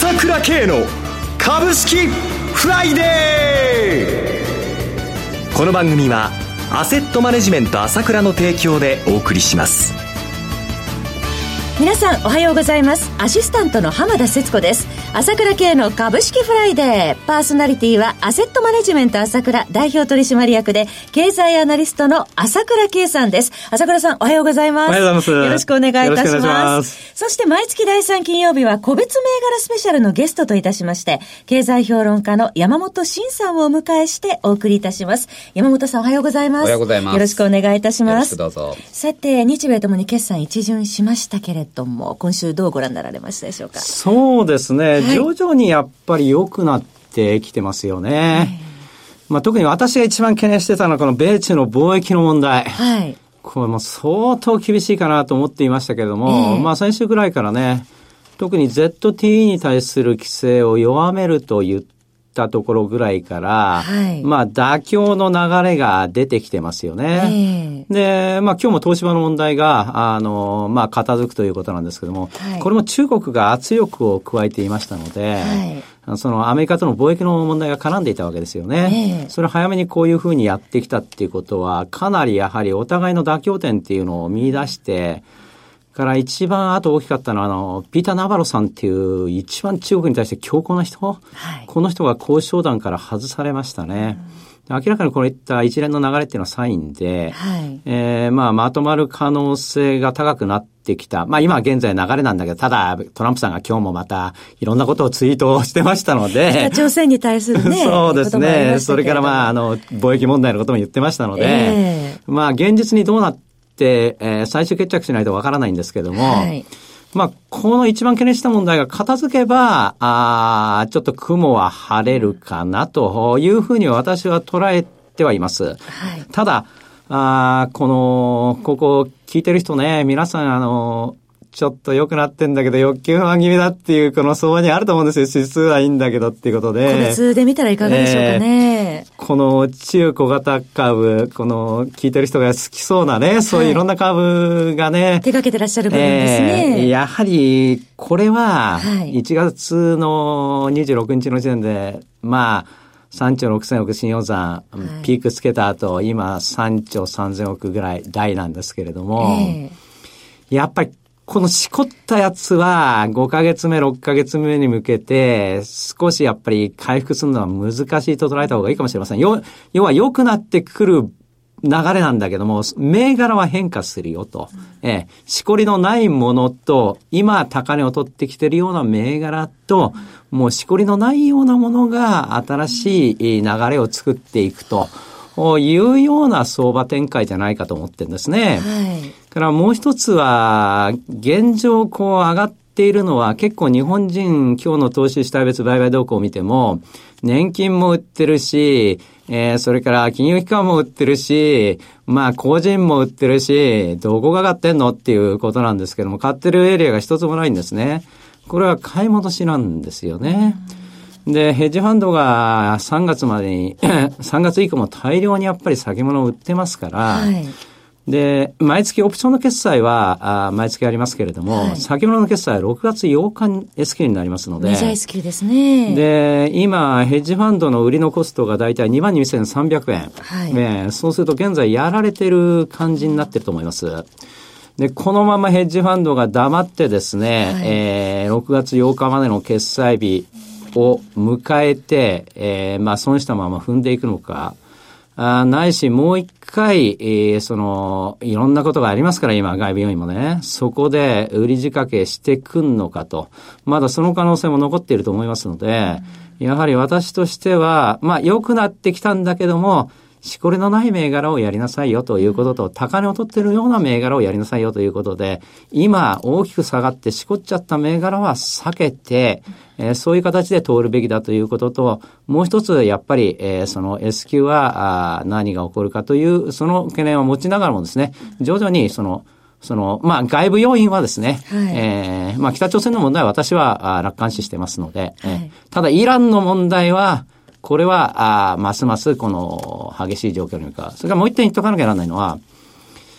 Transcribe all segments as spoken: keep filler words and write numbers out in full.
朝倉慶の株式フライデー。この番組はアセットマネジメント朝倉の提供でお送りします。 皆さんおはようございます。アシスタントの浜田節子です。朝倉慶の株式フライデー。パーソナリティはアセットマネジメント朝倉代表取締役で経済アナリストの朝倉慶さんです。朝倉さんおはようございます。 おはようございます。 よろしくお願いいたします。 よろしくお願いします。 そして毎月だいさん金曜日は個別銘柄スペシャルのゲストといたしまして、経済評論家の山本慎さんをお迎えしてお送りいたします。山本さんおはようございます。 おはようございます。 よろしくお願いいたします。よろしくどうぞ。 さて、日米ともに決算一巡しましたけれども、今週どうご覧になられましたでしょうか。 そうですね、はい、徐々にやっぱり良くなってきてますよね、はい。まあ、特に私が一番懸念してたのはこの米中の貿易の問題、はい、これも相当厳しいかなと思っていましたけれども、えー、まあ先週くらいからね、特に ゼットティーイー に対する規制を弱めると言ったところぐらいから、はい、まあ妥協の流れが出てきてますよね、えー、で、まあ今日も東芝の問題があのまあ片付くということなんですけども、はい、これも中国が圧力を加えていましたので、はい、そのアメリカとの貿易の問題が絡んでいたわけですよね、えー、それを早めにこういうふうにやってきたっていうことは、かなりやはりお互いの妥協点っていうのを見出して、から一番あと大きかったのはあのピーター・ナバロさんっていう一番中国に対して強硬な人、はい、この人が交渉団から外されましたね、うん、明らかにこういった一連の流れっていうのはサインで、はいえー、まあまとまる可能性が高くなってきた。まあ今は現在流れなんだけど、ただトランプさんが今日もまたいろんなことをツイートしてましたので、 北朝鮮に対するねそうですね、それからまああの貿易問題のことも言ってましたので、えー、まあ現実にどうなってで、えー、最終決着しないとわからないんですけども、はい、まあ、この一番懸念した問題が片付けば、あちょっと雲は晴れるかなというふうに私は捉えてはいます。はい、ただ、あこの、ここ聞いてる人ね、皆さんあの、ちょっと良くなってんだけど欲求不安気味だっていうこの相場にあると思うんですよ。指数はいいんだけどっていうことで。 個別で見たらいかがでしょうかね。 えー、この中小型株、この聞いてる人が好きそうなね、そういういろんな株がね。 はい、手掛けてらっしゃる部分ですね。 えー、やはりこれはいちがつのにじゅうろくにちの時点で、まあ、さんちょうろくせんおく信用残、はい、ピークつけた後、今さんちょうさんぜんおくぐらい台なんですけれども、えー、やっぱりこのしこったやつはごかげつめ、ろっかげつめに向けて少しやっぱり回復するのは難しいと捉えた方がいいかもしれません。要は良くなってくる流れなんだけども、銘柄は変化するよと。うん、ええ、しこりのないものと、今高値を取ってきているような銘柄と、うん、もうしこりのないようなものが新しい流れを作っていくと。いうような相場展開じゃないかと思ってるんですね。はい。からもう一つは、現状こう上がっているのは結構日本人今日の投資主体別売買動向を見ても、年金も売ってるし、えー、それから金融機関も売ってるし、まあ個人も売ってるし、どこが上がってんのっていうことなんですけども、買ってるエリアが一つもないんですね。これは買い戻しなんですよね。で、ヘッジファンドがさんがつまでに、さんがつ以降も大量にやっぱり先物を売ってますから、はい、で、毎月オプションの決済は、あ毎月ありますけれども、はい、先物の決済はろくがつようか S q になりますので、 メジャー S q ですね。 で、今、ヘッジファンドの売りのコストがだいたいにまんにせんさんびゃくえん。はいね、そうすると現在やられてる感じになってると思います。で、このままヘッジファンドが黙ってですね、はいえー、ろくがつようかまでの決済日、を迎えて、えー、まあ損したまま踏んでいくのか、あないしもう一回、えー、そのいろんなことがありますから今外部要因もね、そこで売り仕掛けしてくんのかと、まだその可能性も残っていると思いますので、うん、やはり私としてはまあ良くなってきたんだけども、しこりのない銘柄をやりなさいよということと、高値を取っているような銘柄をやりなさいよということで、今大きく下がってしこっちゃった銘柄は避けて、えー、そういう形で通るべきだということと、もう一つやっぱり、えー、その S q はあ何が起こるかというその懸念を持ちながらもですね、徐々にそのそのまあ外部要因はですね、はいえー、まあ北朝鮮の問題は私は楽観視してますので、はいえー、ただイランの問題はこれはあますますこの激しい状況に向かう。それからもう一点言っとかなきゃならないのは、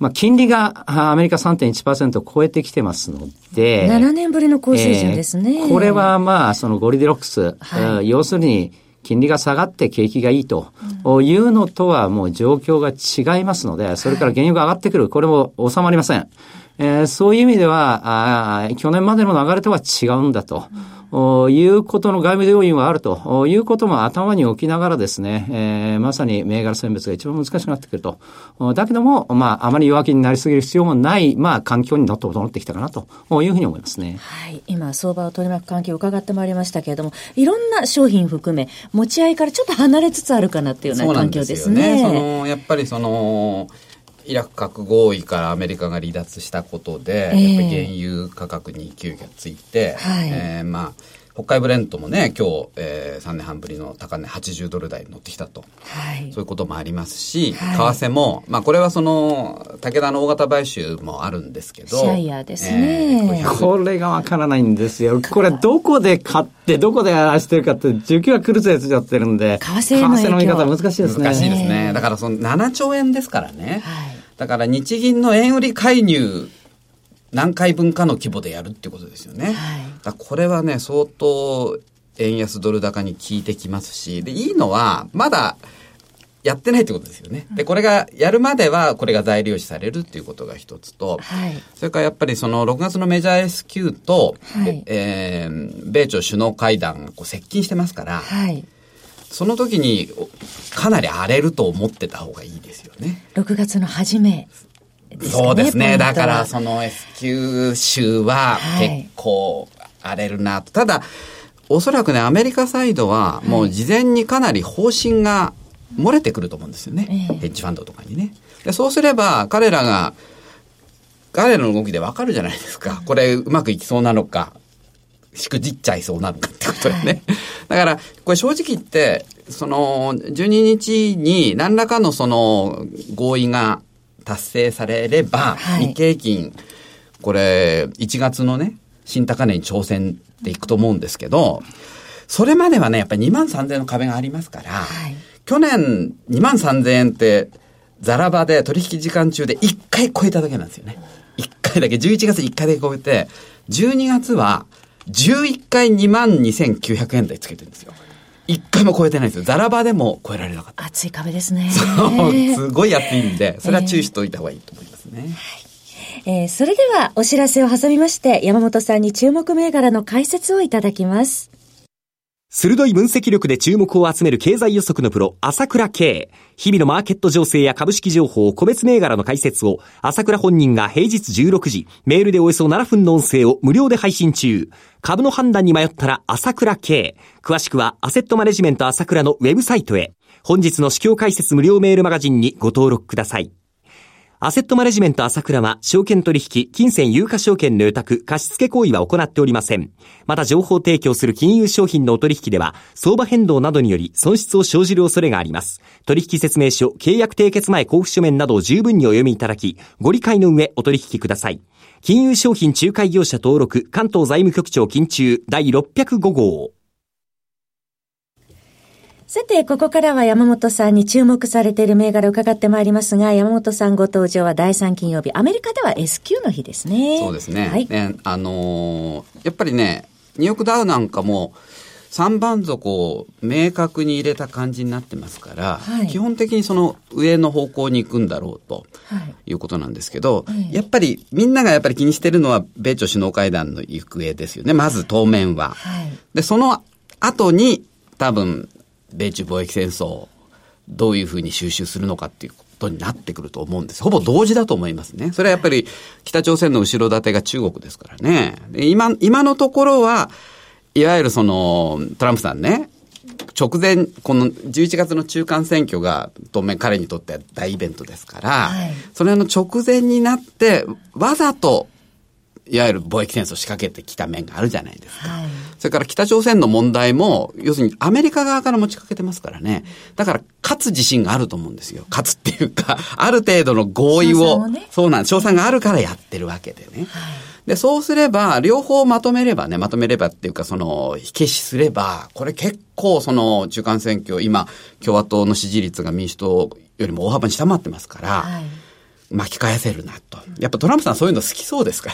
まあ、金利がアメリカ さんてんいちパーセント を超えてきてますので。 ななねんぶりの高水準ですね。 えー、これはまあ、そのゴリデロックス、はい、要するに金利が下がって景気がいいというのとはもう状況が違いますので、それから原油が上がってくる、これも収まりません。えー、そういう意味では、あ去年までの流れとは違うんだと。いうことの外部要因はあるということも頭に置きながらですね、えー、まさに銘柄選別が一番難しくなってくると。だけども、まあ、あまり弱気になりすぎる必要もない、まあ、環境にのっと整ってきたかなというふうに思いますね。 はい。今、相場を取り巻く環境を伺ってまいりましたけれども、いろんな商品含め、持ち合いからちょっと離れつつあるかなっていうような環境ですね。 そうなんですよね。その、やっぱりその、イラク核合意からアメリカが離脱したことで、えー、やっぱり原油価格に勢いがついて、はい、えー、まあ、北海ブレントもね、今日、えー、さんねんはんぶりの高値はちじゅうドル台に乗ってきたと。はい。そういうこともありますし、はい、為替も、まあこれはその、武田の大型買収もあるんですけど。 シャイヤーですね。 えー、これがわからないんですよ。これどこで買って、どこでやらしてるかって、需給が来るぜついちゃってるんで、 為替の為替の見方難しいですね。 難しいですね。だからそのななちょうえんですからね。はい。だから日銀の円売り介入何回分かの規模でやるっていうことですよね。はい、だからこれはね相当円安ドル高に効いてきますし、でいいのはまだやってないってことですよね。でこれがやるまではこれが材料視されるっていうことが一つと、はい、それからやっぱりそのろくがつのメジャー エスキュー と、はい、えー、米朝首脳会談がこう接近してますから、はい、その時にかなり荒れると思ってた方がいいですよね。 ろくがつの初めですかね。 そうですね。だからその エスキュー 州は結構荒れるなと。はい、ただおそらくねアメリカサイドはもう事前にかなり方針が漏れてくると思うんですよね。はい、ヘッジファンドとかにね。でそうすれば彼らが彼らの動きでわかるじゃないですか。これうまくいきそうなのか。しくじっちゃいそうなのかってことでね。はい、だから、これ正直言って、その、じゅうににちに何らかのその合意が達成されれば、はい、日経平均、これ、いちがつのね、新高値に挑戦でいくと思うんですけど、それまではね、やっぱりにまんさんぜんえんの壁がありますから、はい、去年にまんさんぜんえんって、ザラバで取引時間中でいっかい超えただけなんですよね。いっかいだけ、じゅういちがついっかいだけ超えて、じゅうにがつは、じゅういっかいにまんにせんきゅうひゃくえん台つけてるんですよ。いっかいも超えてないんですよ。ザラバでも超えられなかった。 熱い壁ですね。 そう、すごい熱いんで、それは注意しておいた方がいいと思いますね。 えーはい、えー、それではお知らせを挟みまして、山本さんに注目銘柄の解説をいただきます。 鋭い分析力で注目を集める経済予測のプロ、朝倉慶。日々のマーケット情勢や株式情報、個別銘柄の解説を、朝倉本人が平日じゅうろくじ、メールでおよそななふんの音声を無料で配信中。株の判断に迷ったら朝倉慶。詳しくは、アセットマネジメント朝倉のウェブサイトへ。本日の市況解説無料メールマガジンにご登録ください。アセットマネジメント朝倉は、証券取引、金銭有価証券の予託、貸付行為は行っておりません。また情報提供する金融商品のお取引では、相場変動などにより損失を生じる恐れがあります。取引説明書、契約締結前交付書面などを十分にお読みいただき、ご理解の上お取引ください。金融商品仲介業者登録、関東財務局長金中第ろっぴゃくご号。 さて、ここからは山本さんに注目されている銘柄を伺ってまいりますが、山本さんご登場はだいさん金曜日、アメリカでは エスキュー の日ですね。 そうですね。はい、ね、あのー、やっぱりね、ニューヨークダウなんかもさんばん底を明確に入れた感じになってますから、はい、基本的にその上の方向に行くんだろうということなんですけど、はい、やっぱりみんながやっぱり気にしてるのは米朝首脳会談の行方ですよね。まず当面は。はい、で、その後に多分、米中貿易戦争どういうふうに収拾するのかっていうことになってくると思うんです。ほぼ同時だと思いますね。それはやっぱり北朝鮮の後ろ盾が中国ですからね。で今、今のところはいわゆるそのトランプさんね、直前このじゅういちがつの中間選挙が当面彼にとっては大イベントですから、はい、それの直前になってわざといわゆる貿易戦争を仕掛けてきた面があるじゃないですか。はい、それから北朝鮮の問題も、要するにアメリカ側から持ちかけてますからね。だから勝つ自信があると思うんですよ。勝つっていうか、ある程度の合意を、ね、そうなんです。勝算があるからやってるわけでね。はい、で、そうすれば、両方まとめればね、まとめればっていうか、その、火消しすれば、これ結構その中間選挙、今、共和党の支持率が民主党よりも大幅に下回ってますから、はい、 巻き返せるなと。やっぱトランプさんそういうの好きそうですから、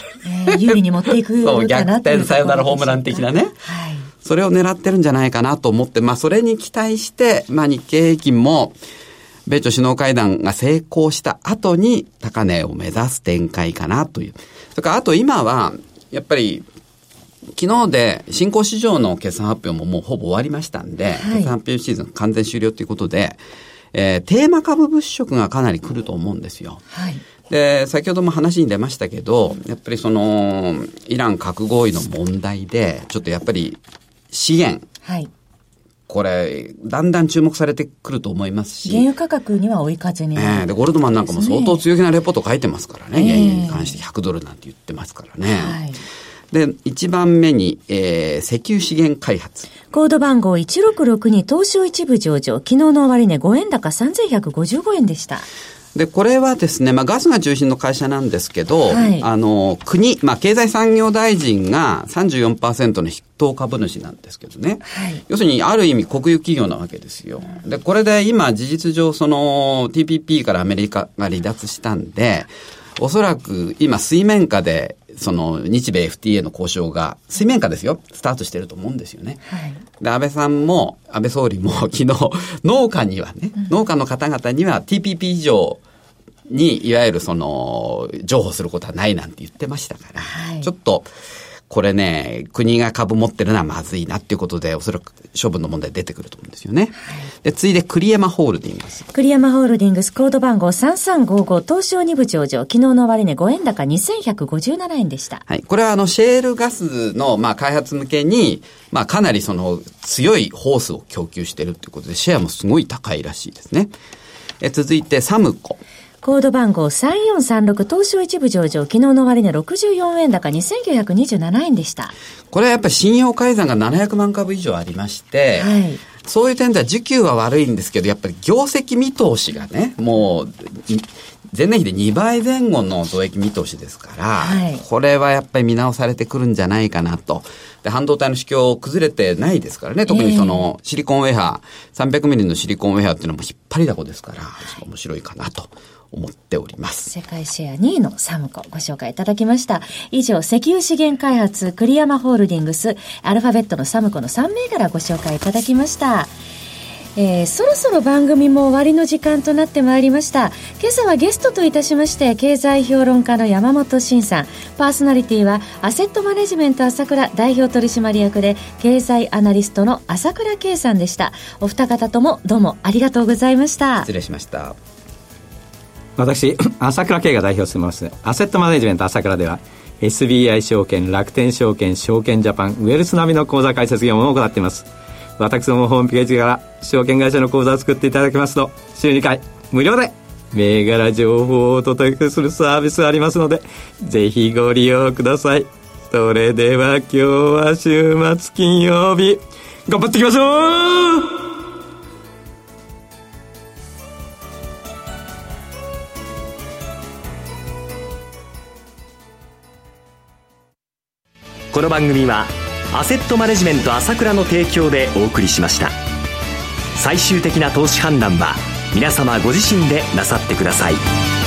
えー、有利に持っていくかなそう逆転サヨナラホームラン的なね、はい、それを狙ってるんじゃないかなと思って、まあそれに期待して、まあ日経平均も米朝首脳会談が成功した後に高値を目指す展開かなという。それからあと今はやっぱり昨日で新興市場の決算発表ももうほぼ終わりましたんで、はい、決算発表シーズン完全終了ということで、えー、テーマ株物色がかなり来ると思うんですよ。はい、で、先ほども話に出ましたけど、やっぱりそのイラン核合意の問題でちょっとやっぱり資源、はい、これだんだん注目されてくると思いますし、 原油価格には追い風に、 えー、でゴールドマンなんかも相当強気なレポート書いてますからね、原油に関してひゃくドルなんて言ってますからね。はい、でいちばんめに、えー、石油資源開発、 コード番号いちろくろくに東証一部上場、昨日の終値ごえん高さんぜんひゃくごじゅうごえんでした。 でこれはですね、まあ、ガスが中心の会社なんですけど、はい、あの国、まあ、経済産業大臣が さんじゅうよんパーセント の筆頭株主なんですけどね、はい、要するにある意味国有企業なわけですよ。でこれで今事実上その ティーピーピー からアメリカが離脱したんで、おそらく今水面下でその日米 エフティーエー の交渉が水面下ですよスタートしてると思うんですよね。はい、で安倍さんも安倍総理も昨日農家にはね、うん、農家の方々には ティーピーピー 以上にいわゆるその譲歩することはないなんて言ってましたから、はい、ちょっとこれね国が株持ってるのはまずいなっていうことでおそらく処分の問題出てくると思うんですよね。はい、で次いで栗山ホールディングス、 栗山ホールディングスコード番号さんさんごご東証に部上場、昨日の終値ごえん高にせんひゃくごじゅうななえんでした。 はい、これはあのシェールガスのまあ開発向けにまあかなりその強いホースを供給しているということでシェアもすごい高いらしいですね。え続いてサムコ、 コード番号さんよんさんろく東証一部上場、昨日の終値ろくじゅうよんえん高にせんきゅうひゃくにじゅうななえんでした。 これはやっぱり信用改ざんがななひゃくまんかぶ以上ありまして、はい、そういう点では需給は悪いんですけど、やっぱり業績見通しがね、もう前年比でにばいぜん後の増益見通しですから、はい、これはやっぱり見直されてくるんじゃないかなと。で半導体の市況崩れてないですからね、特にそのシリコンウェハー、さんびゃくミリのシリコンウェハーっていうのも引っ張りだこですから、はい、面白いかなと思っております。 世界シェアにいのサムコご紹介いただきました。以上、石油資源開発栗山ホールディングスアルファベットのサムコのさんめいがらご紹介いただきました。えー、そろそろ番組も終わりの時間となってまいりました。今朝はゲストといたしまして経済評論家の山本慎さん、パーソナリティはアセットマネジメント朝倉代表取締役で経済アナリストの朝倉圭さんでした。お二方ともどうもありがとうございました。 失礼しました。 私朝倉圭が代表してますアセットマネジメント朝倉では エスビーアイ 証券、楽天証券、証券ジャパン、ウェルス並みの口座開設業務を行っています。私どもホームページから証券会社の口座を作っていただきますと週にかい無料で銘柄情報をお届けするサービスがありますのでぜひご利用ください。それでは今日は週末金曜日頑張っていきましょう。 この番組はアセットマネジメント朝倉の提供でお送りしました。最終的な投資判断は皆様ご自身でなさってください。